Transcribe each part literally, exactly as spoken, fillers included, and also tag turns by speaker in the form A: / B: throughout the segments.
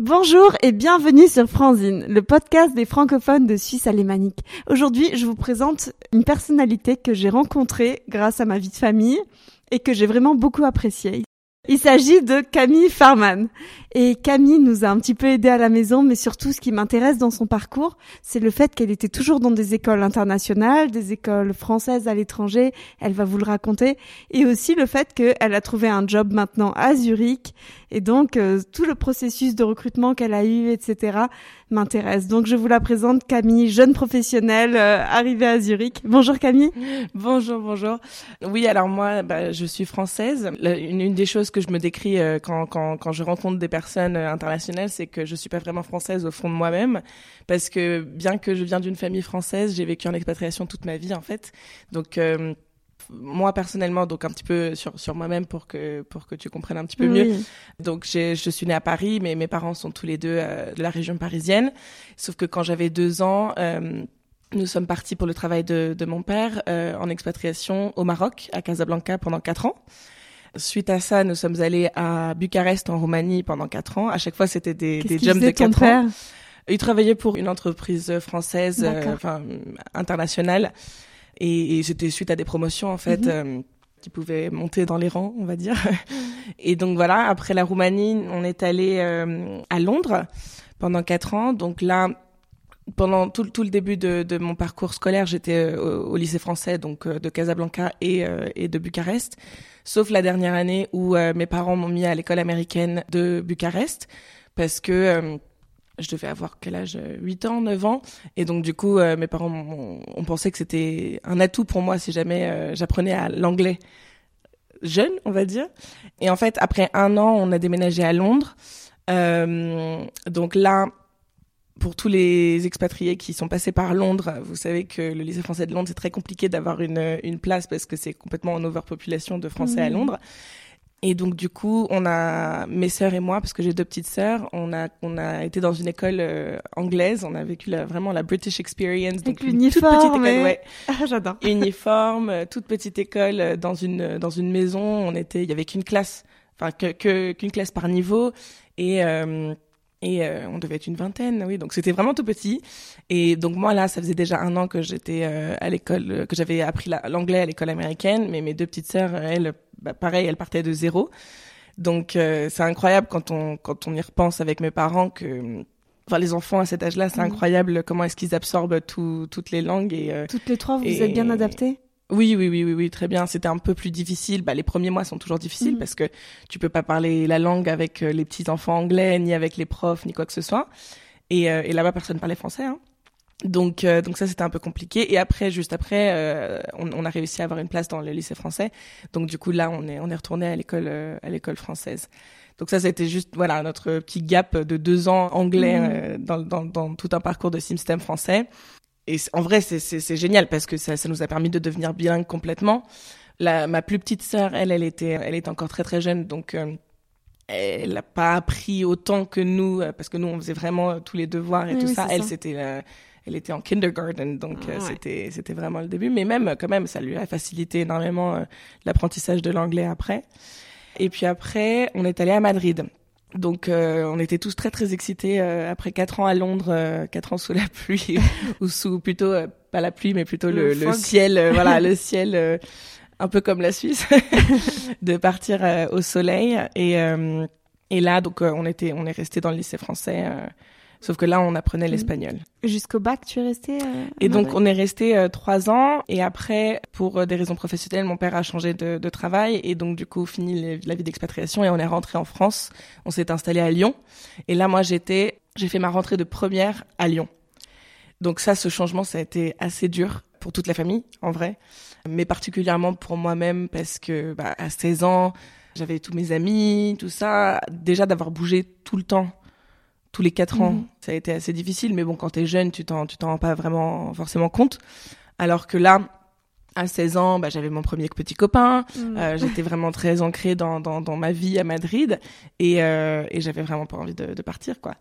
A: Bonjour et bienvenue sur Franzine, le podcast des francophones de Suisse alémanique. Aujourd'hui, je vous présente une personnalité que j'ai rencontrée grâce à ma vie de famille et que j'ai vraiment beaucoup appréciée. Il s'agit de Camille Farman. Et Camille nous a un petit peu aidé à la maison, mais surtout ce qui m'intéresse dans son parcours, c'est le fait qu'elle était toujours dans des écoles internationales, des écoles françaises à l'étranger, elle va vous le raconter, et aussi le fait qu'elle a trouvé un job maintenant à Zurich, et donc euh, tout le processus de recrutement qu'elle a eu, et cetera m'intéresse. Donc je vous la présente, Camille, jeune professionnelle euh, arrivée à Zurich. Bonjour Camille.
B: Bonjour, bonjour. Oui, alors moi, bah, je suis française. Une, une des choses que je me décris euh, quand, quand, quand je rencontre des personnes internationales, c'est que je suis pas vraiment française au fond de moi-même, parce que bien que je viens d'une famille française, j'ai vécu en expatriation toute ma vie en fait. Donc euh, moi personnellement, donc un petit peu sur sur moi-même pour que pour que tu comprennes un petit peu mieux.
A: Oui.
B: Donc j'ai je suis née à Paris, mais mes parents sont tous les deux euh, de la région parisienne. Sauf que quand j'avais deux ans, euh, nous sommes partis pour le travail de de mon père euh, en expatriation au Maroc, à Casablanca pendant quatre ans. Suite à ça, nous sommes allés à Bucarest en Roumanie pendant quatre ans. À chaque fois, c'était des
A: Qu'est-ce
B: des
A: qu'il
B: jumps de
A: faisait ton
B: quatre
A: père
B: ans. Il travaillait pour une entreprise française, euh, enfin internationale. Et, et c'était suite à des promotions en fait, mm-hmm. euh, qui pouvaient monter dans les rangs, on va dire. Et donc voilà, après la Roumanie, on est allé euh, à Londres pendant quatre ans. Donc là, pendant tout, tout le début de, de mon parcours scolaire, j'étais au, au lycée français, donc de Casablanca et, euh, et de Bucarest. Sauf la dernière année où euh, mes parents m'ont mis à l'école américaine de Bucarest parce que euh, je devais avoir quel âge, huit ans, neuf ans, et donc du coup euh, mes parents m'ont, ont pensé que c'était un atout pour moi si jamais euh, j'apprenais à l'anglais jeune, on va dire. Et en fait, après un an, on a déménagé à Londres. Euh, donc là, pour tous les expatriés qui sont passés par Londres, vous savez que le lycée français de Londres, c'est très compliqué d'avoir une une place parce que c'est complètement en overpopulation de Français mmh. à Londres. Et donc du coup, on a mes sœurs et moi, parce que j'ai deux petites sœurs, on a on a été dans une école euh, anglaise, on a vécu la, vraiment la British Experience, donc
A: avec
B: une toute petite école,
A: et...
B: ouais,
A: ah, j'adore.
B: Uniforme, toute petite école dans une dans une maison. On était, il y avait qu'une classe, enfin que, que qu'une classe par niveau, et euh, Et euh, on devait être une vingtaine, oui. Donc c'était vraiment tout petit. Et donc moi là, ça faisait déjà un an que j'étais euh, à l'école, euh, que j'avais appris la, l'anglais à l'école américaine. Mais mes deux petites sœurs, elles, bah, pareil, elles partaient de zéro. Donc euh, c'est incroyable quand on quand on y repense avec mes parents que, enfin les enfants à cet âge-là, c'est mmh. incroyable comment est-ce qu'ils absorbent tout, toutes les langues et euh,
A: toutes les trois. Vous
B: et...
A: vous êtes bien adaptés?
B: Oui, oui, oui, oui, oui, très bien. C'était un peu plus difficile. Bah, les premiers mois sont toujours difficiles mmh. parce que tu peux pas parler la langue avec les petits enfants anglais, ni avec les profs, ni quoi que ce soit. Et, euh, et là-bas, personne parlait français, hein. Donc, euh, donc ça, c'était un peu compliqué. Et après, juste après, euh, on, on a réussi à avoir une place dans le lycée français. Donc, du coup, là, on est, on est retourné à l'école, euh, à l'école française. Donc ça, c'était juste, voilà, notre petit gap de deux ans anglais mmh. euh, dans, dans, dans tout un parcours de système français. Et en vrai, c'est, c'est, c'est génial parce que ça, ça nous a permis de devenir bilingue complètement. La, ma plus petite sœur, elle, elle était, elle était encore très très jeune, donc euh, elle n'a pas appris autant que nous, parce que nous, on faisait vraiment tous les devoirs et oui, tout oui, ça. Elle, ça. c'était, euh, elle était en kindergarten, donc ah, euh, ouais. c'était, c'était vraiment le début. Mais même, quand même, ça lui a facilité énormément euh, l'apprentissage de l'anglais après. Et puis après, on est allé à Madrid. Donc euh, on était tous très très excités euh, après quatre ans à Londres, euh, quatre ans sous la pluie ou sous plutôt euh, pas la pluie mais plutôt le, le, le ciel, euh, voilà le ciel euh, un peu comme la Suisse, de partir euh, au soleil et euh, et là donc euh, on était on est resté dans le lycée français. Euh, Sauf que là, on apprenait l'espagnol.
A: Jusqu'au bac, tu es resté euh,
B: Et donc, on est resté euh, trois ans. Et après, pour euh, des raisons professionnelles, mon père a changé de, de travail. Et donc, du coup, fini les, la vie d'expatriation. Et on est rentré en France. On s'est installé à Lyon. Et là, moi, j'étais, j'ai fait ma rentrée de première à Lyon. Donc ça, ce changement, ça a été assez dur pour toute la famille, en vrai. Mais particulièrement pour moi-même, parce que bah, à seize ans, j'avais tous mes amis, tout ça. Déjà, d'avoir bougé tout le temps, tous les quatre ans, mmh. ça a été assez difficile. Mais bon, quand t'es jeune, tu t'en, tu t'en rends pas vraiment forcément compte. Alors que là, à seize ans, bah, j'avais mon premier petit copain. Mmh. Euh, j'étais vraiment très ancrée dans, dans, dans ma vie à Madrid. Et, euh, et j'avais vraiment pas envie de, de partir, quoi.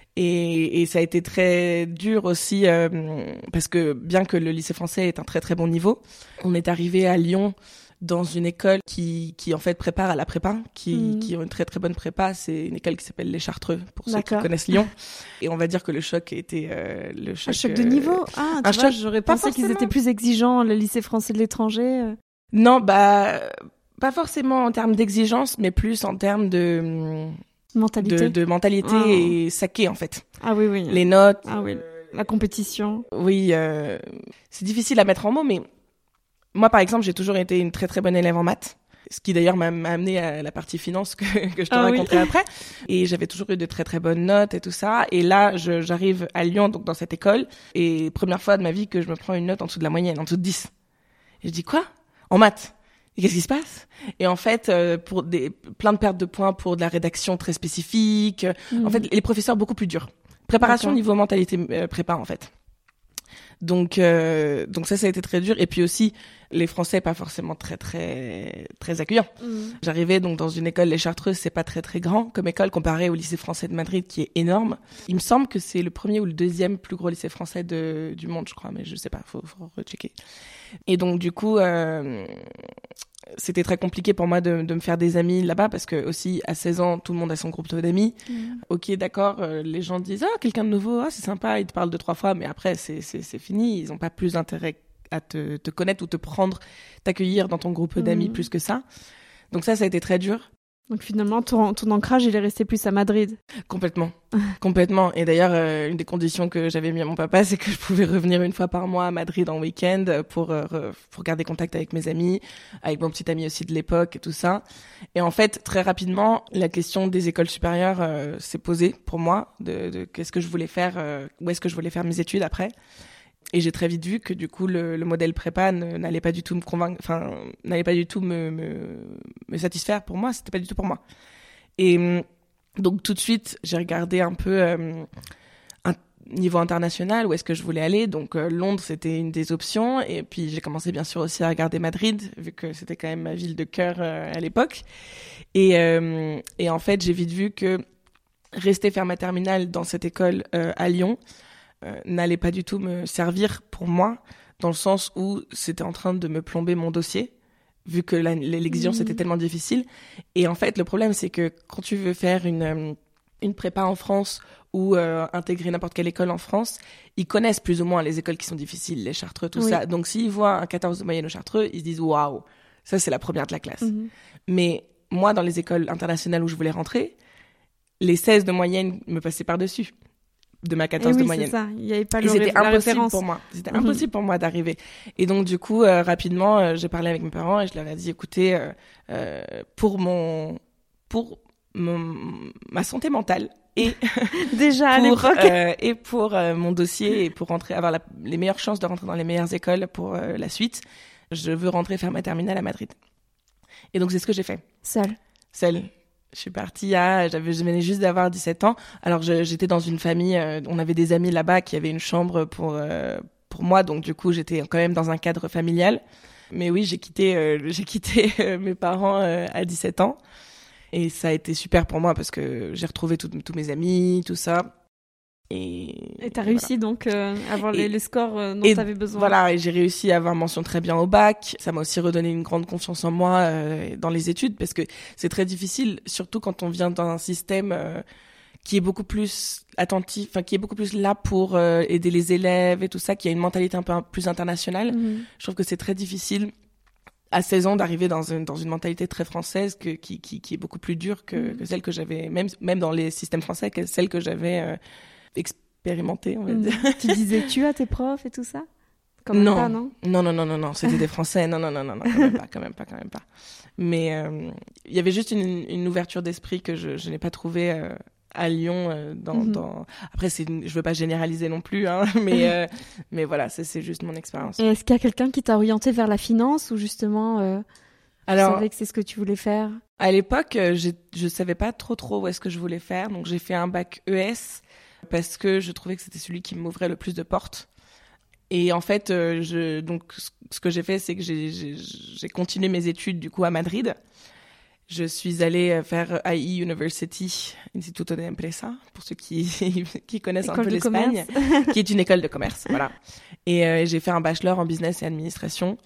B: Et, et ça a été très dur aussi, euh, parce que bien que le lycée français est un très très bon niveau, on est arrivé à Lyon dans une école qui, qui en fait prépare à la prépa, qui,
A: mmh.
B: qui ont une très très bonne prépa. C'est une école qui s'appelle les Chartreux, pour
A: D'accord.
B: ceux qui connaissent Lyon. Et on va dire que le choc était euh, le choc.
A: Un choc
B: euh,
A: de niveau. Ah, tu
B: un
A: vois,
B: choc,
A: j'aurais
B: pas
A: pensé qu'ils
B: forcément.
A: étaient plus exigeants, le lycée français de l'étranger. euh.
B: Non, bah pas forcément en termes d'exigence, mais plus en termes de
A: Mentalité.
B: de, de mentalité
A: Ah.
B: et saké en fait.
A: Ah oui, oui.
B: Les notes.
A: Ah oui. La compétition.
B: Oui, euh, c'est difficile à mettre en mots, mais moi, par exemple, j'ai toujours été une très très bonne élève en maths, ce qui d'ailleurs m'a, m'a amené à la partie finance que, que je te
A: Ah
B: raconterai
A: oui.
B: après. Et j'avais toujours eu de très très bonnes notes et tout ça. Et là, je, j'arrive à Lyon, donc dans cette école, et première fois de ma vie que je me prends une note en dessous de la moyenne, en dessous de dix. Et je dis quoi ? En maths ? Et qu'est-ce qui se passe ? Et en fait, euh, pour des plein de pertes de points pour de la rédaction très spécifique.
A: Mmh.
B: En fait, les professeurs beaucoup plus durs. Préparation
A: D'accord.
B: niveau mentalité euh, prépa en fait. Donc euh, donc ça ça a été très dur et puis aussi les Français pas forcément très très très accueillants.
A: Mmh.
B: J'arrivais donc dans une école les Chartreuses, c'est pas très très grand comme école comparé au lycée français de Madrid qui est énorme. Il me semble que c'est le premier ou le deuxième plus gros lycée français de du monde, je crois, mais je sais pas, faut faut rechecker. Et donc du coup euh, c'était très compliqué pour moi de, de me faire des amis là-bas parce que aussi à seize ans tout le monde a son groupe d'amis.
A: Mmh.
B: Ok, d'accord, euh, les gens disent ah quelqu'un de nouveau, ah c'est sympa, ils te parlent deux trois fois, mais après c'est c'est c'est fini, ils ont pas plus d'intérêt à te te connaître ou te prendre, t'accueillir dans ton groupe d'amis
A: Mmh.
B: plus que ça. Donc ça ça a été très dur.
A: Donc finalement, ton, ton ancrage, il est resté plus à Madrid.
B: Complètement, complètement. Et d'ailleurs, euh, une des conditions que j'avais mis à mon papa, c'est que je pouvais revenir une fois par mois à Madrid en week-end pour euh, re- pour garder contact avec mes amis, avec mon petit ami aussi de l'époque et tout ça. Et en fait, très rapidement, la question des écoles supérieures euh, s'est posée pour moi, de, de qu'est-ce que je voulais faire, euh, où est-ce que je voulais faire mes études après. Et j'ai très vite vu que du coup le, le modèle prépa ne, n'allait pas du tout me convaincre, enfin n'allait pas du tout me, me me satisfaire pour moi, c'était pas du tout pour moi. Et donc tout de suite j'ai regardé un peu euh, un niveau international où est-ce que je voulais aller. Donc euh, Londres c'était une des options et puis j'ai commencé bien sûr aussi à regarder Madrid vu que c'était quand même ma ville de cœur euh, à l'époque. Et euh, et en fait j'ai vite vu que rester faire ma terminale dans cette école euh, à Lyon Euh, n'allait pas du tout me servir pour moi, dans le sens où c'était en train de me plomber mon dossier, vu que la, l'exigence
A: Mmh.
B: était tellement difficile. Et en fait, le problème, c'est que quand tu veux faire une, euh, une prépa en France ou euh, intégrer n'importe quelle école en France, ils connaissent plus ou moins les écoles qui sont difficiles, les Chartreux, tout
A: Oui.
B: ça. Donc, s'ils voient un quatorze de moyenne au Chartreux, ils se disent « Waouh, ça, c'est la première de la classe.
A: Mmh. »
B: Mais moi, dans les écoles internationales où je voulais rentrer, les seize de moyenne me passaient par-dessus de ma quatorze
A: Et oui,
B: de moyenne.
A: c'est ça. Il n'y avait pas
B: Et
A: le
B: c'était
A: ré- la
B: impossible
A: référence.
B: pour moi. C'était
A: Mhm.
B: impossible pour moi d'arriver. Et donc du coup, euh, rapidement, euh, j'ai parlé avec mes parents et je leur ai dit, écoutez, euh, euh, pour mon, pour mon, ma santé mentale et
A: Déjà à
B: pour
A: l'époque.
B: euh, et pour euh, mon dossier et pour rentrer, avoir la, les meilleures chances de rentrer dans les meilleures écoles pour euh, la suite, je veux rentrer faire ma terminale à Madrid. Et donc c'est ce que j'ai fait.
A: Seule.
B: Seule. Je suis partie à, j'avais, je venais juste d'avoir dix-sept ans. Alors, je, j'étais dans une famille, euh, on avait des amis là-bas qui avaient une chambre pour, euh, pour moi. Donc, du coup, j'étais quand même dans un cadre familial. Mais oui, j'ai quitté, euh, j'ai quitté euh, mes parents euh, à dix-sept ans. Et ça a été super pour moi parce que j'ai retrouvé tout- tous mes amis, tout ça. Et,
A: Et t'as
B: et
A: réussi donc euh, à avoir les,
B: Et-
A: les scores euh, dont
B: et
A: t'avais besoin.
B: Voilà, et j'ai réussi à avoir mention très bien au bac. Ça m'a aussi redonné une grande confiance en moi euh, dans les études parce que c'est très difficile, surtout quand on vient d'un système euh, qui est beaucoup plus attentif, enfin qui est beaucoup plus là pour euh, aider les élèves et tout ça, qui a une mentalité un peu plus internationale.
A: Mhm.
B: Je trouve que c'est très difficile à seize ans d'arriver dans une dans une mentalité très française que qui qui qui est beaucoup plus dure que
A: Mhm.
B: que celle que j'avais même même dans les systèmes français que celle que j'avais euh, expérimentée, on va
A: Mhm.
B: dire.
A: Tu disais tu à tes profs et tout ça? Quand même
B: Non.
A: pas, non?
B: Non, non, non, non, non, c'était des Français. Non, non, non, non, non, quand même pas, quand même pas, quand même pas. Mais euh, il y avait juste une, une ouverture d'esprit que je, je n'ai pas trouvée euh, à Lyon. Euh, dans,
A: Mhm.
B: dans... Après, c'est, une... je veux pas généraliser non plus, hein, mais euh, mais voilà, c'est, c'est juste mon expérience.
A: Et est-ce qu'il y a quelqu'un qui t'a orienté vers la finance ou justement euh, tu
B: Alors,
A: savais que c'est ce que tu voulais faire?
B: à l'époque, euh, j'ai, je savais pas trop trop où est-ce que je voulais faire, donc j'ai fait un bac E S parce que je trouvais que c'était celui qui m'ouvrait le plus de portes. Et en fait, euh, je, donc, ce que j'ai fait, c'est que j'ai, j'ai, j'ai continué mes études du coup à Madrid. Je suis allée faire I E University, Instituto de Empresa, pour ceux qui qui connaissent
A: École
B: un peu
A: de
B: l'Espagne, qui est une école de commerce, voilà. Et euh, j'ai fait un bachelor en business et administration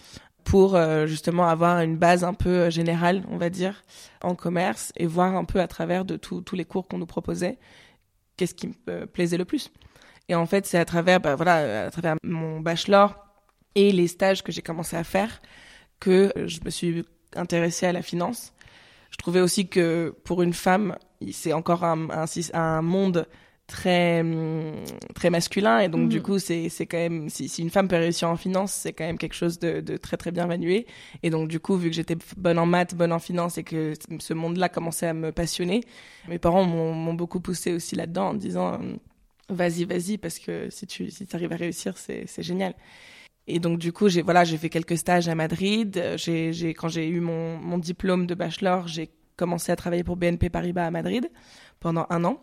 B: pour euh, justement avoir une base un peu euh, générale, on va dire, en commerce et voir un peu à travers de tous tous les cours qu'on nous proposait, qu'est-ce qui me euh, plaisait le plus. Et en fait, c'est à travers, bah, voilà, à travers mon bachelor et les stages que j'ai commencé à faire que je me suis intéressée à la finance. Je trouvais aussi que pour une femme, c'est encore un, un, un monde très très masculin et donc mmh. du coup c'est c'est quand même si si une femme peut réussir en finance, c'est quand même quelque chose de de très très bien évalué. Et donc du coup, vu que j'étais bonne en maths, bonne en finance et que ce monde-là commençait à me passionner, mes parents m'ont m'ont beaucoup poussé aussi là-dedans en disant vas-y vas-y parce que si tu si tu arrives à réussir, c'est c'est génial. Et donc du coup, j'ai voilà, j'ai fait quelques stages à Madrid, j'ai j'ai quand j'ai eu mon mon diplôme de bachelor, j'ai commencé à travailler pour B N P Paribas à Madrid pendant un an.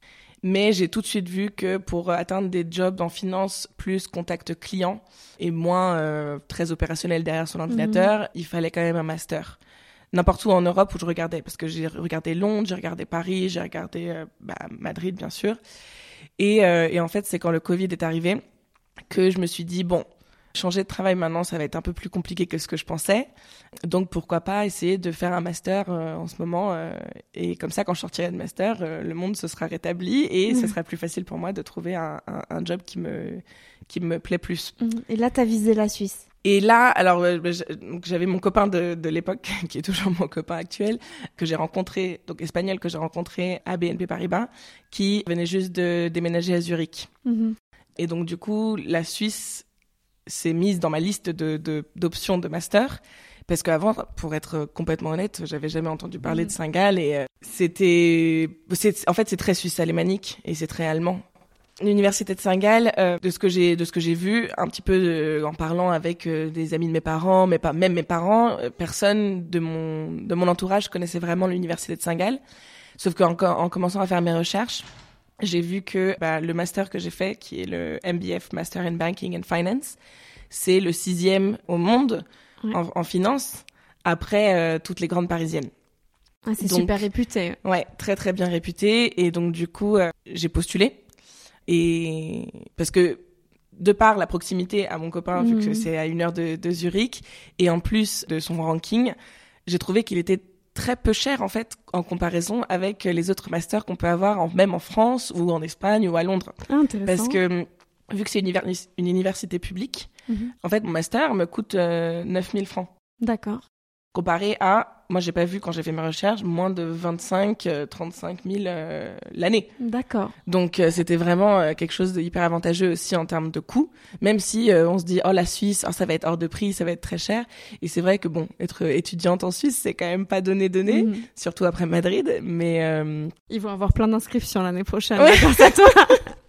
B: Mais j'ai tout de suite vu que pour atteindre des jobs en finance plus contact client et moins euh, très opérationnel derrière son ordinateur, mmh. il fallait quand même un master. N'importe où en Europe où je regardais, parce que j'ai regardé Londres, j'ai regardé Paris, j'ai regardé euh, bah, Madrid bien sûr. Et, euh, et en fait, c'est quand le Covid est arrivé que je me suis dit, bon, changer de travail maintenant, ça va être un peu plus compliqué que ce que je pensais. Donc, pourquoi pas essayer de faire un master euh, en ce moment. Euh, et comme ça, quand je sortirai de master, euh, le monde se sera rétabli et mmh. ce sera plus facile pour moi de trouver un, un, un job qui me, qui me plaît plus.
A: Et là, t'as visé la Suisse.
B: Et là, alors, euh, j'avais mon copain de, de l'époque, qui est toujours mon copain actuel, que j'ai rencontré, donc espagnol, que j'ai rencontré à B N P Paribas, qui venait juste de déménager à Zurich. Mmh. Et donc, du coup, la Suisse s'est mise dans ma liste de, de, d'options de master. Parce qu'avant, pour être complètement honnête, j'avais jamais entendu parler mmh. de Saint-Gall et euh, c'était, c'est, en fait, c'est très suisse alémanique et c'est très allemand. L'université de Saint-Gall, euh, de ce que j'ai, de ce que j'ai vu, un petit peu euh, en parlant avec euh, des amis de mes parents, mais pas même mes parents, euh, personne de mon, de mon entourage connaissait vraiment l'université de Saint-Gall. Sauf qu'en en commençant à faire mes recherches, j'ai vu que bah, le master que j'ai fait, qui est le M B F, Master in Banking and Finance, c'est le sixième au monde. Ouais. En, en finance, après euh, toutes les grandes parisiennes.
A: Ah, c'est donc, super réputé.
B: Ouais, très très bien réputé. Et donc du coup, euh, j'ai postulé. Et parce que de par la proximité à mon copain, mmh. vu que c'est à une heure de, de Zurich, et en plus de son ranking, j'ai trouvé qu'il était très peu cher en fait en comparaison avec les autres masters qu'on peut avoir, en, même en France ou en Espagne ou à Londres.
A: Ah, intéressant.
B: Parce que vu que c'est une, univers- une université publique, mmh. en fait, mon master me coûte euh, neuf mille francs.
A: D'accord.
B: Comparé à, moi, j'ai pas vu quand j'ai fait mes recherches, moins de vingt-cinq, trente-cinq mille euh, l'année.
A: D'accord.
B: Donc, euh, c'était vraiment euh, quelque chose de hyper avantageux aussi en termes de coût. Même si euh, on se dit, oh, la Suisse, oh, ça va être hors de prix, ça va être très cher. Et c'est vrai que bon, être étudiante en Suisse, c'est quand même pas donné donné, mmh. surtout après Madrid. Mais euh...
A: ils vont avoir plein d'inscriptions l'année prochaine.
B: Ouais.
A: Grâce à toi.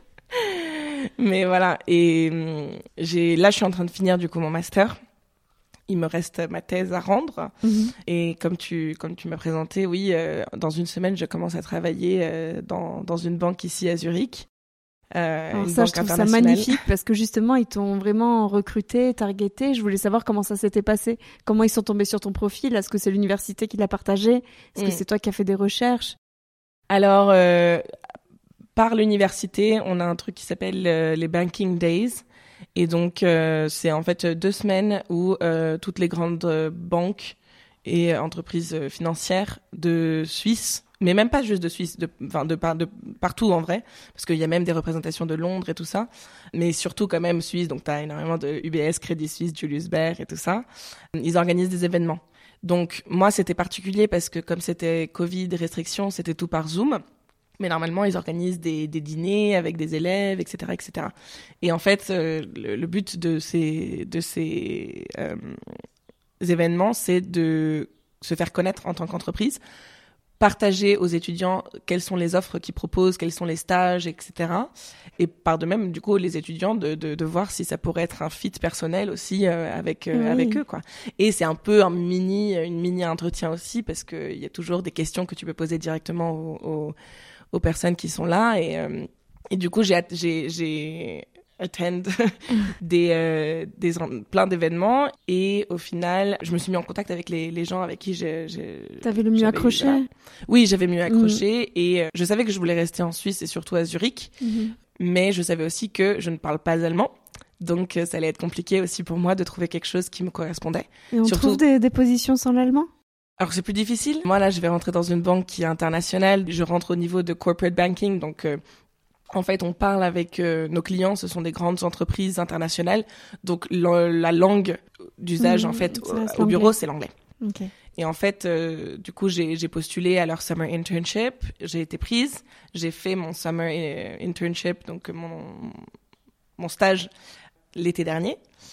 B: Mais voilà, et j'ai là je suis en train de finir du coup mon master. Il me reste ma thèse à rendre. Mmh. Et comme tu comme tu m'as présenté, oui, euh, dans une semaine, je commence à travailler euh, dans dans une banque ici à Zurich.
A: Euh, Alors ça, je trouve ça magnifique parce que justement, ils t'ont vraiment recruté, targeté. Je voulais savoir comment ça s'était passé, comment ils sont tombés sur ton profil. Est-ce que c'est l'université qui l'a partagé? Est-ce mmh. que c'est toi qui as fait des recherches?
B: Alors. Euh... Par l'université, on a un truc qui s'appelle euh, les Banking Days. Et donc, euh, c'est en fait deux semaines où euh, toutes les grandes euh, banques et entreprises euh, financières de Suisse, mais même pas juste de Suisse, de, enfin de, de, de partout en vrai, parce qu'il y a même des représentations de Londres et tout ça, mais surtout quand même Suisse, donc tu as énormément de U B S, Crédit Suisse, Julius Baer et tout ça. Ils organisent des événements. Donc, moi, c'était particulier parce que comme c'était Covid, restrictions, c'était tout par Zoom. Mais normalement, ils organisent des, des dîners avec des élèves, et cetera, et cetera. Et en fait, euh, le, le but de ces, de ces euh, événements, c'est de se faire connaître en tant qu'entreprise, partager aux étudiants quelles sont les offres qu'ils proposent, quels sont les stages, et cetera. Et par de même, du coup, les étudiants de, de, de voir si ça pourrait être un fit personnel aussi euh, avec euh, oui. avec eux, quoi. Et c'est un peu un mini, une mini entretien aussi, parce que il y a toujours des questions que tu peux poser directement aux, aux aux personnes qui sont là et euh, et du coup j'ai j'ai j'ai attend des euh, des plein d'événements et au final je me suis mis en contact avec les les gens avec qui j'ai j'ai
A: T'avais le mieux accroché.
B: Eu, oui, j'avais mieux accroché mmh. et euh, je savais que je voulais rester en Suisse et surtout à Zurich. Mmh. Mais je savais aussi que je ne parle pas allemand. Donc, euh, ça allait être compliqué aussi pour moi de trouver quelque chose qui me correspondait.
A: Et on
B: Surtout...
A: trouve des, des positions sans l'allemand?
B: Alors, c'est plus difficile. Moi, là, je vais rentrer dans une banque qui est internationale. Je rentre au niveau de corporate banking. Donc, euh, en fait, on parle avec euh, nos clients. Ce sont des grandes entreprises internationales. Donc, la, la langue d'usage, mmh, en fait, au, au bureau, c'est l'anglais.
A: Okay.
B: Et en fait, euh, du coup, j'ai, j'ai postulé à leur summer internship. J'ai été prise. J'ai fait mon summer internship, donc mon, mon stage l'été dernier.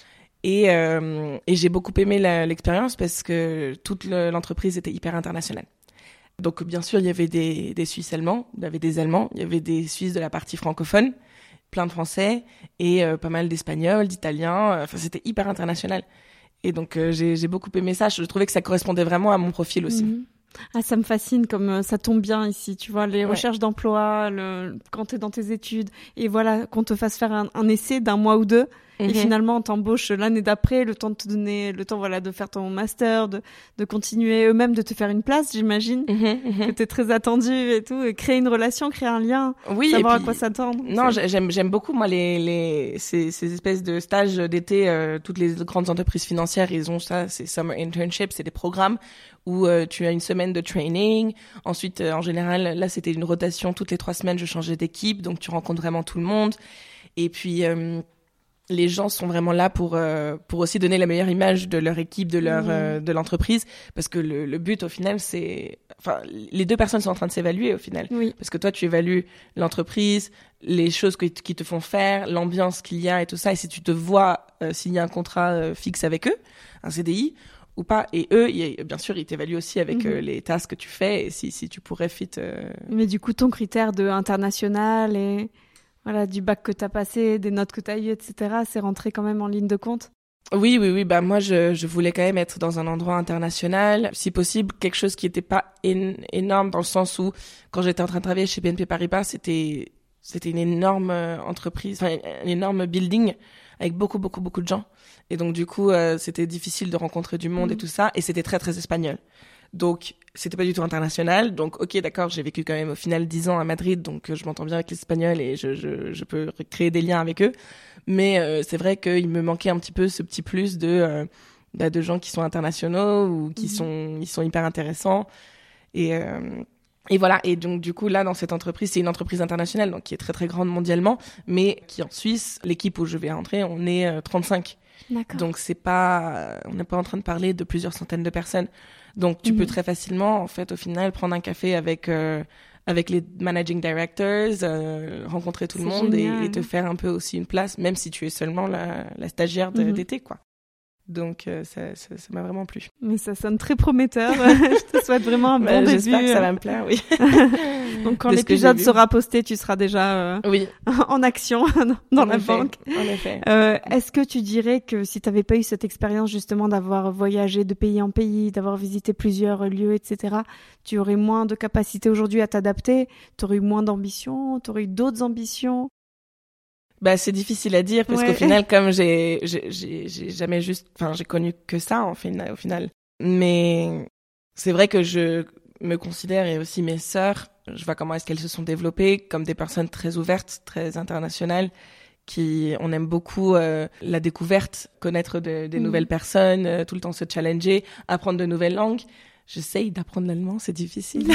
B: Et, euh, et j'ai beaucoup aimé la, l'expérience parce que toute le, l'entreprise était hyper internationale. Donc, bien sûr, il y avait des, des Suisses allemands, il y avait des Allemands, il y avait des Suisses de la partie francophone, plein de Français et euh, pas mal d'Espagnols, d'Italiens. Enfin, c'était hyper international. Et donc, euh, j'ai, j'ai beaucoup aimé ça. Je trouvais que ça correspondait vraiment à mon profil aussi. Mmh.
A: Ah, ça me fascine comme euh, ça tombe bien ici, tu vois, les ouais. recherches d'emploi, le, quand t'es dans tes études, et voilà, qu'on te fasse faire un, un essai d'un mois ou deux, mm-hmm. et finalement on t'embauche l'année d'après, le temps de te donner, le temps voilà de faire ton master, de, de continuer eux-mêmes, de te faire une place, j'imagine, mm-hmm, mm-hmm. que t'es très attendu et tout, et créer une relation, créer un lien, oui, savoir et puis, à quoi s'attendre.
B: Non, c'est... j'aime j'aime beaucoup moi les les ces, ces espèces de stages d'été, euh, toutes les grandes entreprises financières, ils ont ça, c'est summer internship, c'est des programmes où euh, tu as une semaine de training. Ensuite, euh, en général, là, c'était une rotation. Toutes les trois semaines, je changeais d'équipe. Donc, tu rencontres vraiment tout le monde. Et puis, euh, les gens sont vraiment là pour euh, pour aussi donner la meilleure image de leur équipe, de leur mmh. euh, de l'entreprise. Parce que le, le but, au final, c'est... Enfin, les deux personnes sont en train de s'évaluer, au final.
A: Oui.
B: Parce que toi, tu évalues l'entreprise, les choses qui, qui te font faire, l'ambiance qu'il y a et tout ça. Et si tu te vois euh, signer un contrat euh, fixe avec eux, un C D I... ou pas, et eux, y, bien sûr, ils t'évaluent aussi avec mmh. euh, les tasks que tu fais et si si tu pourrais fit. Euh...
A: Mais du coup, ton critère de international et voilà du bac que t'as passé, des notes que t'as eues, et cetera, c'est rentré quand même en ligne de compte.
B: Oui, oui, oui. Bah moi, je je voulais quand même être dans un endroit international, si possible quelque chose qui était pas é- énorme dans le sens où quand j'étais en train de travailler chez B N P Paribas, c'était c'était une énorme entreprise, enfin un énorme building avec beaucoup beaucoup beaucoup de gens. Et donc du coup, euh, c'était difficile de rencontrer du monde mmh. et tout ça, et c'était très très espagnol. Donc c'était pas du tout international. Donc ok, d'accord, j'ai vécu quand même au final dix ans à Madrid, donc euh, je m'entends bien avec les Espagnols et je je je peux créer des liens avec eux. Mais euh, c'est vrai qu'il me manquait un petit peu ce petit plus de euh, bah, de gens qui sont internationaux ou qui mmh. sont ils sont hyper intéressants et euh, Et voilà, et donc du coup là dans cette entreprise, c'est une entreprise internationale donc qui est très très grande mondialement, mais qui en Suisse, l'équipe où je vais rentrer, on est euh, trente-cinq.
A: D'accord.
B: Donc c'est pas, on n'est pas en train de parler de plusieurs centaines de personnes. Donc tu mmh. peux très facilement en fait au final prendre un café avec euh, avec les managing directors, euh, rencontrer tout
A: c'est
B: le monde et, et te faire un peu aussi une place, même si tu es seulement la, la stagiaire de, mmh. d'été quoi. Donc euh, ça, ça, ça m'a vraiment plu.
A: Mais ça sonne très prometteur. Je te souhaite vraiment un bon
B: bah,
A: début.
B: J'espère que ça va me plaire, oui.
A: Donc quand l'épisode sera posté, tu seras déjà euh,
B: oui.
A: en action dans
B: en
A: la
B: effet,
A: banque.
B: En effet.
A: Euh, est-ce que tu dirais que si tu n'avais pas eu cette expérience justement d'avoir voyagé de pays en pays, d'avoir visité plusieurs lieux, et cetera, tu aurais moins de capacité aujourd'hui à t'adapter, tu aurais eu moins d'ambition, tu aurais eu d'autres ambitions?
B: Bah c'est difficile à dire parce
A: ouais.
B: qu'au final comme j'ai j'ai j'ai, j'ai jamais juste enfin j'ai connu que ça en fin, au final mais c'est vrai que je me considère et aussi mes sœurs, je vois comment est-ce qu'elles se sont développées comme des personnes très ouvertes, très internationales qui on aime beaucoup euh, la découverte, connaître de, des mmh. nouvelles personnes, euh, tout le temps se challenger, apprendre de nouvelles langues. J'essaye d'apprendre l'allemand, c'est difficile.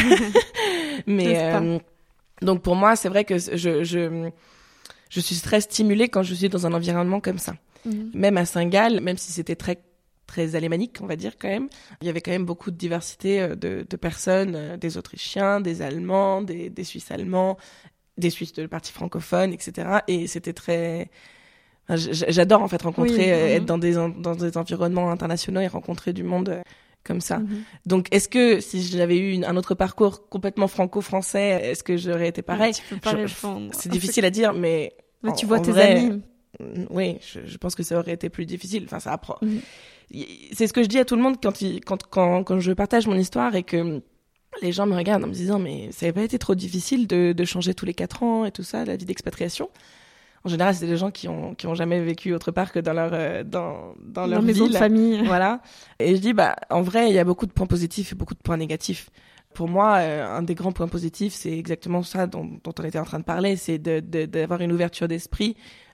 B: mais euh, donc pour moi, c'est vrai que je je Je suis très stimulée quand je suis dans un environnement comme ça. Mmh. Même à Saint-Gall, même si c'était très très alémanique, on va dire quand même, il y avait quand même beaucoup de diversité de, de personnes, des Autrichiens, des Allemands, des, des Suisses allemands, des Suisses de la partie francophone, et cetera. Et c'était très... Enfin, j'adore en fait rencontrer, oui, être mmh. dans des dans des environnements internationaux et rencontrer du monde comme ça. Mmh. Donc, est-ce que si j'avais eu une, un autre parcours complètement franco-français, est-ce que j'aurais été pareil?
A: Tu peux pas
B: je,
A: répondre.
B: C'est difficile à dire, mais...
A: mais
B: en,
A: tu vois tes
B: vrai,
A: amis.
B: Oui, je, je pense que ça aurait été plus difficile. Enfin, ça apprend.
A: Mmh.
B: C'est ce que je dis à tout le monde quand, il, quand, quand, quand je partage mon histoire et que les gens me regardent en me disant « Mais ça n'a pas été trop difficile de, de changer tous les quatre ans et tout ça, la vie d'expatriation ?» En général, c'est des gens qui ont qui ont jamais vécu autre part que dans leur euh, dans dans leur
A: dans maison
B: ville,
A: de famille.
B: Voilà. Et je dis bah en vrai, il y a beaucoup de points positifs et beaucoup de points négatifs. Pour moi, euh, un des grands points positifs, c'est exactement ça dont, dont on était en train de parler, c'est de, de d'avoir une ouverture d'esprit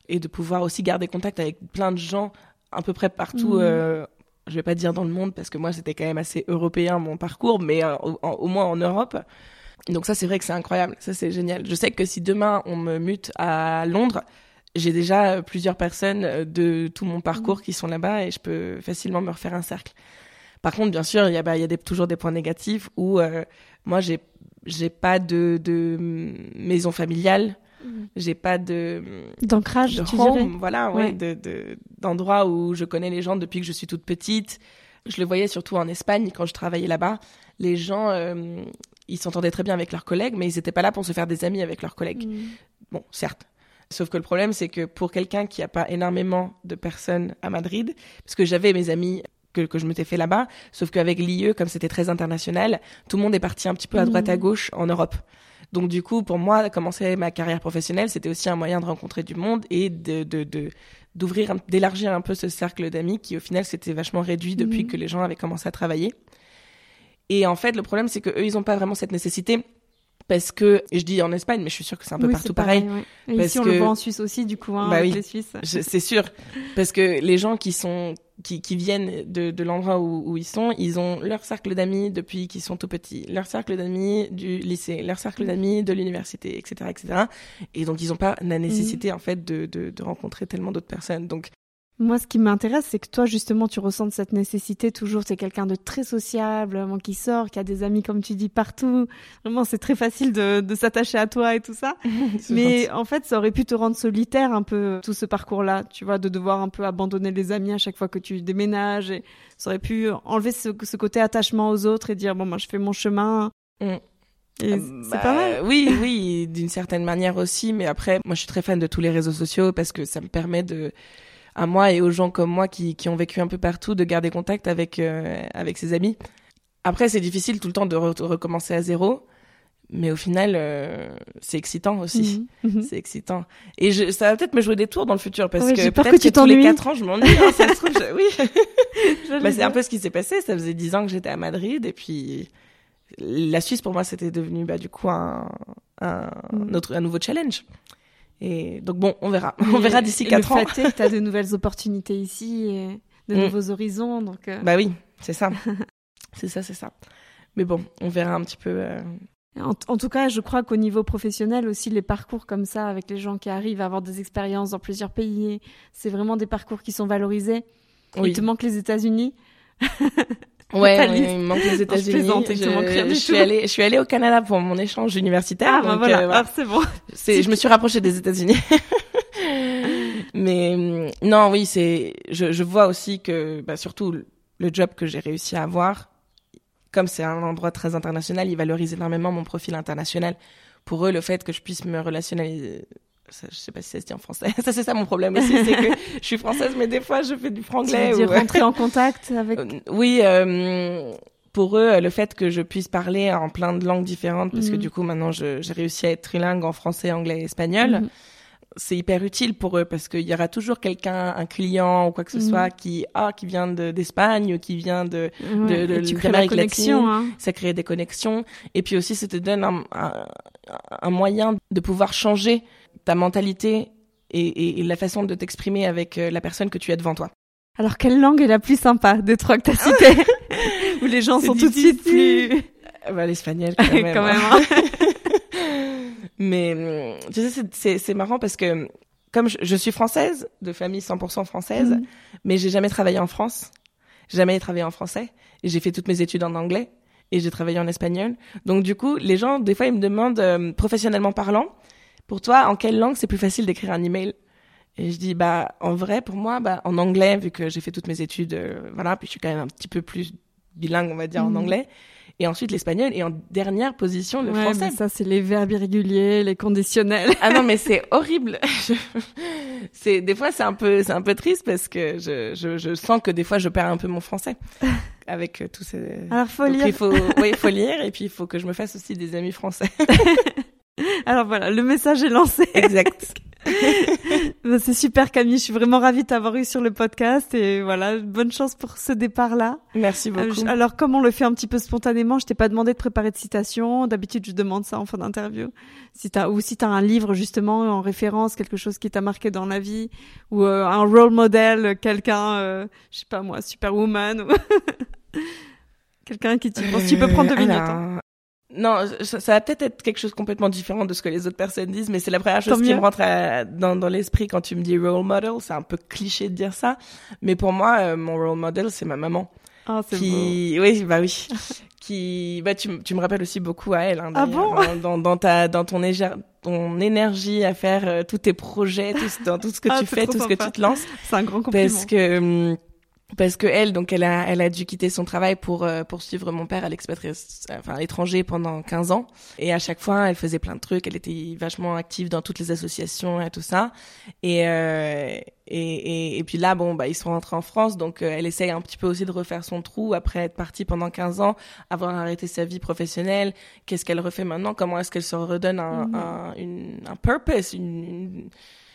B: et de pouvoir aussi garder contact avec plein de gens à peu près partout. Mmh. Euh, je vais pas dire dans le monde parce que moi c'était quand même assez européen mon parcours, mais euh, au, en, au moins en Europe. Donc ça c'est vrai que c'est incroyable, ça c'est génial. Je sais que si demain on me mute à Londres, j'ai déjà plusieurs personnes de tout mon parcours mmh. qui sont là-bas et je peux facilement me refaire un cercle. Par contre, bien sûr, il y a, bah, il y a des, toujours des points négatifs où euh, moi, j'ai, j'ai pas de, de maison familiale, mmh. j'ai pas de
A: d'ancrage,
B: de
A: tu
B: home,
A: dirais.
B: voilà, ouais, ouais. De, de, d'endroits où je connais les gens depuis que je suis toute petite. Je le voyais surtout en Espagne quand je travaillais là-bas. Les gens, euh, ils s'entendaient très bien avec leurs collègues, mais ils étaient pas là pour se faire des amis avec leurs collègues. Mmh. Bon, certes. Sauf que le problème, c'est que pour quelqu'un qui a pas énormément de personnes à Madrid, parce que j'avais mes amis que, que je m'étais fait là-bas, sauf qu'avec l'I E, comme c'était très international, tout le monde est parti un petit peu à droite, mmh. à gauche en Europe. Donc du coup, pour moi, commencer ma carrière professionnelle, c'était aussi un moyen de rencontrer du monde et de, de, de, d'ouvrir, d'élargir un peu ce cercle d'amis qui, au final, s'était vachement réduit depuis mmh. que les gens avaient commencé à travailler. Et en fait, le problème, c'est que eux, ils ont pas vraiment cette nécessité. Parce que, et je dis en Espagne, mais je suis sûre que c'est un peu
A: oui,
B: partout
A: c'est pareil.
B: pareil
A: ouais. Et
B: parce
A: ici, on
B: que...
A: le voit en Suisse aussi, du coup, hein,
B: bah
A: avec
B: oui,
A: les Suisses.
B: Je, c'est sûr. Parce que les gens qui sont, qui, qui viennent de, de l'endroit où, où ils sont, ils ont leur cercle d'amis depuis qu'ils sont tout petits, leur cercle d'amis du lycée, leur cercle d'amis de l'université, et cetera, et cetera. Et donc, ils n'ont pas la nécessité, mmh. en fait, de, de, de rencontrer tellement d'autres personnes. Donc,
A: moi, ce qui m'intéresse, c'est que toi, justement, tu ressens cette nécessité toujours. T'es quelqu'un de très sociable, vraiment qui sort, qui a des amis, comme tu dis, partout. Vraiment, c'est très facile de, de s'attacher à toi et tout ça. Mais gentil. En fait, ça aurait pu te rendre solitaire un peu, tout ce parcours-là. Tu vois, de devoir un peu abandonner les amis à chaque fois que tu déménages. Et ça aurait pu enlever ce, ce côté attachement aux autres et dire, bon, moi, je fais mon chemin. Mm. Et euh, c'est bah, pas mal.
B: Oui, oui, d'une certaine manière aussi. Mais après, moi, je suis très fan de tous les réseaux sociaux parce que ça me permet de... à moi et aux gens comme moi qui, qui ont vécu un peu partout, de garder contact avec, euh, avec ses amis. Après, c'est difficile tout le temps de, re- de recommencer à zéro, mais au final, euh, c'est excitant aussi. Mmh, mmh. C'est excitant. Et je, ça va peut-être me jouer des tours dans le futur, parce
A: ouais,
B: que
A: peut-être
B: que,
A: que
B: tous les quatre ans, je m'ennuie. Hein, ça se trouve, je... oui. bah, c'est un peu ce qui s'est passé. Ça faisait dix ans que j'étais à Madrid, et puis la Suisse, pour moi, c'était devenu bah, du coup un, un, mmh. notre, un nouveau challenge. Et donc bon, on verra. On verra d'ici quatre ans.
A: Le fait est que tu as de nouvelles opportunités ici, et de mmh. nouveaux horizons. Donc euh...
B: Bah oui, c'est ça. c'est ça, c'est ça. Mais bon, on verra un petit peu. Euh...
A: En, en tout cas, je crois qu'au niveau professionnel aussi, les parcours comme ça, avec les gens qui arrivent à avoir des expériences dans plusieurs pays, c'est vraiment des parcours qui sont valorisés. Oui. Il te manque les États-Unis.
B: Ouais, oui, il me manque les États-Unis. Je, plaisante, je, je, je suis allée, je suis allée au Canada pour mon échange universitaire.
A: Ah, donc, bah voilà, euh, voilà. Ah, c'est bon.
B: C'est, je me suis rapprochée des États-Unis. Mais non, oui, c'est, je, je vois aussi que, bah, surtout le job que j'ai réussi à avoir, comme c'est un endroit très international, il valorise énormément mon profil international. Pour eux, le fait que je puisse me relationnaliser, ça, je sais pas si ça se dit en français. Ça, c'est ça mon problème aussi, c'est que je suis française, mais des fois, je fais du franglais.
A: Tu veux dire
B: ou...
A: rentrer en contact avec...
B: Oui, euh, pour eux, le fait que je puisse parler en plein de langues différentes, parce mmh. que du coup, maintenant, je, j'ai réussi à être trilingue en français, anglais et espagnol, mmh. c'est hyper utile pour eux, parce qu'il y aura toujours quelqu'un, un client ou quoi que ce mmh. soit, qui, ah, qui vient de, d'Espagne, qui vient de,
A: ouais,
B: de, de,
A: tu
B: de
A: crées la connexion, hein.
B: Ça crée des connexions. Et puis aussi, ça te donne un, un, un moyen de pouvoir changer ta mentalité et, et, et la façon de t'exprimer avec la personne que tu as devant toi.
A: Alors, quelle langue est la plus sympa des trois que t'as citées? Où les gens
B: c'est
A: sont
B: difficile.
A: Tout de suite plus...
B: Bah, l'espagnol, quand même.
A: quand même
B: hein. Mais, tu sais, c'est, c'est, c'est marrant parce que, comme je, je suis française, de famille cent pour cent française, mmh. mais j'ai jamais travaillé en France. J'ai jamais travaillé en français. Et j'ai fait toutes mes études en anglais. Et j'ai travaillé en espagnol. Donc, du coup, les gens, des fois, ils me demandent, euh, professionnellement parlant, pour toi, en quelle langue c'est plus facile d'écrire un email? Et je dis, bah, en vrai, pour moi, bah, en anglais, vu que j'ai fait toutes mes études, euh, voilà, puis je suis quand même un petit peu plus bilingue, on va dire, mmh. en anglais. Et ensuite l'espagnol, et en dernière position, le
A: ouais,
B: français.
A: Mais ça, c'est les verbes irréguliers, les conditionnels.
B: Ah non, mais c'est horrible. Je... c'est, des fois, c'est un peu, c'est un peu triste parce que je, je, je sens que des fois, je perds un peu mon français. Avec euh, tous ces...
A: Alors, faut
B: Donc,
A: lire.
B: Il faut, oui, il faut lire, et puis il faut que je me fasse aussi des amis français.
A: Alors voilà, le message est lancé.
B: Exact.
A: C'est super Camille, je suis vraiment ravie de t'avoir eu sur le podcast et voilà, bonne chance pour ce départ-là.
B: Merci beaucoup.
A: Euh, alors comme on le fait un petit peu spontanément, je t'ai pas demandé de préparer de citation. D'habitude, je demande ça en fin d'interview. Si t'as ou si t'as un livre justement en référence, quelque chose qui t'a marqué dans la vie ou euh, un role model, quelqu'un, euh, je sais pas moi, Superwoman ou quelqu'un qui tu penses. Tu peux prendre deux minutes.
B: Alors...
A: Hein.
B: Non, ça, ça va peut-être être quelque chose complètement différent de ce que les autres personnes disent, mais c'est la première chose
A: Tant
B: qui
A: mieux.
B: me rentre à, dans, dans l'esprit quand tu me dis role model. C'est un peu cliché de dire ça, mais pour moi, euh, mon role model, c'est ma maman.
A: Oh, c'est
B: qui,
A: beau.
B: oui, bah oui, qui, bah tu, tu me rappelles aussi beaucoup à elle. Hein,
A: ah bon
B: hein, dans, dans ta, dans ton, éger, ton énergie à faire euh, tous tes projets, tout, dans tout ce que
A: ah,
B: tu fais, tout
A: sympa.
B: ce que tu te lances.
A: C'est un grand compliment.
B: Parce que hum, Parce que elle, donc, elle a, elle a dû quitter son travail pour euh, poursuivre mon père à l'expatriation, enfin à l'étranger pendant quinze ans. Et à chaque fois, elle faisait plein de trucs. Elle était vachement active dans toutes les associations et tout ça. Et euh, et, et et puis là, bon, bah ils sont rentrés en France, donc euh, elle essaye un petit peu aussi de refaire son trou après être partie pendant quinze ans, avoir arrêté sa vie professionnelle. Qu'est-ce qu'elle refait maintenant? Comment est-ce qu'elle se redonne un, mmh. un, une, un purpose, une, une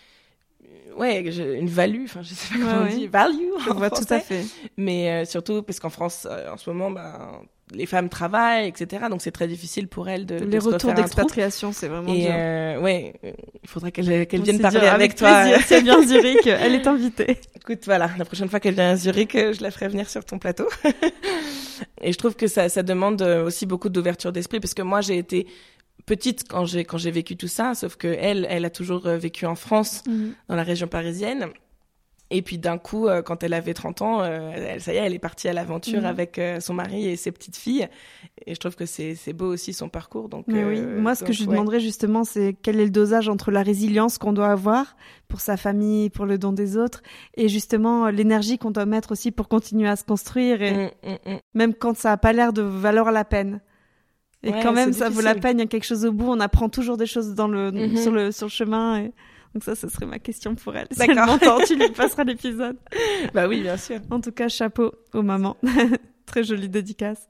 B: ouais, une value, enfin je sais pas comment
A: ouais,
B: on dit,
A: ouais.
B: value
A: en français. Tout à fait.
B: Mais euh, surtout parce qu'en France, euh, en ce moment, ben les femmes travaillent, et cetera. Donc c'est très difficile pour elles de, de
A: les
B: se
A: retours
B: refaire
A: d'expatriation, c'est vraiment
B: et
A: dur.
B: Euh, ouais, il faudrait qu'elle qu'elle vienne
A: c'est
B: parler
A: dur,
B: avec,
A: avec
B: toi.
A: Plaisir, si elle vient à Zurich, elle est invitée.
B: Écoute, voilà, la prochaine fois qu'elle vient à Zurich, je la ferai venir sur ton plateau. Et je trouve que ça, ça demande aussi beaucoup d'ouverture d'esprit, parce que moi j'ai été petite quand j'ai quand j'ai vécu tout ça, sauf que elle, elle a toujours vécu en France, mmh. dans la région parisienne. Et puis d'un coup, euh, quand elle avait trente ans, euh, elle, ça y est, elle est partie à l'aventure mmh. avec euh, son mari et ses petites filles. Et je trouve que c'est c'est beau aussi son parcours. Donc
A: euh, oui, moi ce donc, que je lui ouais. demanderais justement, c'est quel est le dosage entre la résilience qu'on doit avoir pour sa famille, pour le don des autres, et justement l'énergie qu'on doit mettre aussi pour continuer à se construire, et mmh, mmh, mmh. même quand ça a pas l'air de valoir la peine. Et ouais, quand même, ça vaut la peine. Il y a quelque chose au bout. On apprend toujours des choses dans le mmh. sur le sur le chemin. Et... Donc ça, ce serait ma question pour elle. Si elle m'entend, tu lui passeras l'épisode.
B: Bah oui, bien sûr.
A: En tout cas, chapeau aux mamans. Très jolie dédicace.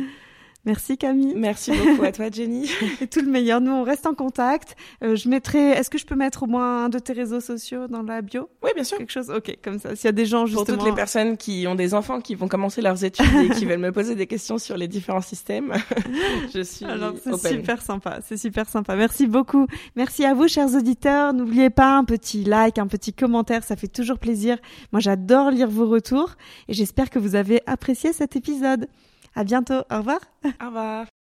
A: Merci Camille.
B: Merci beaucoup à toi Jenny.
A: Et tout le meilleur. Nous, on reste en contact. Euh, je mettrai. Est-ce que je peux mettre au moins un de tes réseaux sociaux dans la bio?
B: Oui, bien sûr.
A: Quelque chose. Ok, comme ça. S'il y a des gens justement.
B: Pour toutes les personnes qui ont des enfants qui vont commencer leurs études et qui veulent me poser des questions sur les différents systèmes, je suis.
A: Alors c'est
B: open.
A: super sympa. C'est super sympa. Merci beaucoup. Merci à vous, chers auditeurs. N'oubliez pas un petit like, un petit commentaire. Ça fait toujours plaisir. Moi, j'adore lire vos retours et j'espère que vous avez apprécié cet épisode. À bientôt. Au revoir.
B: Au revoir.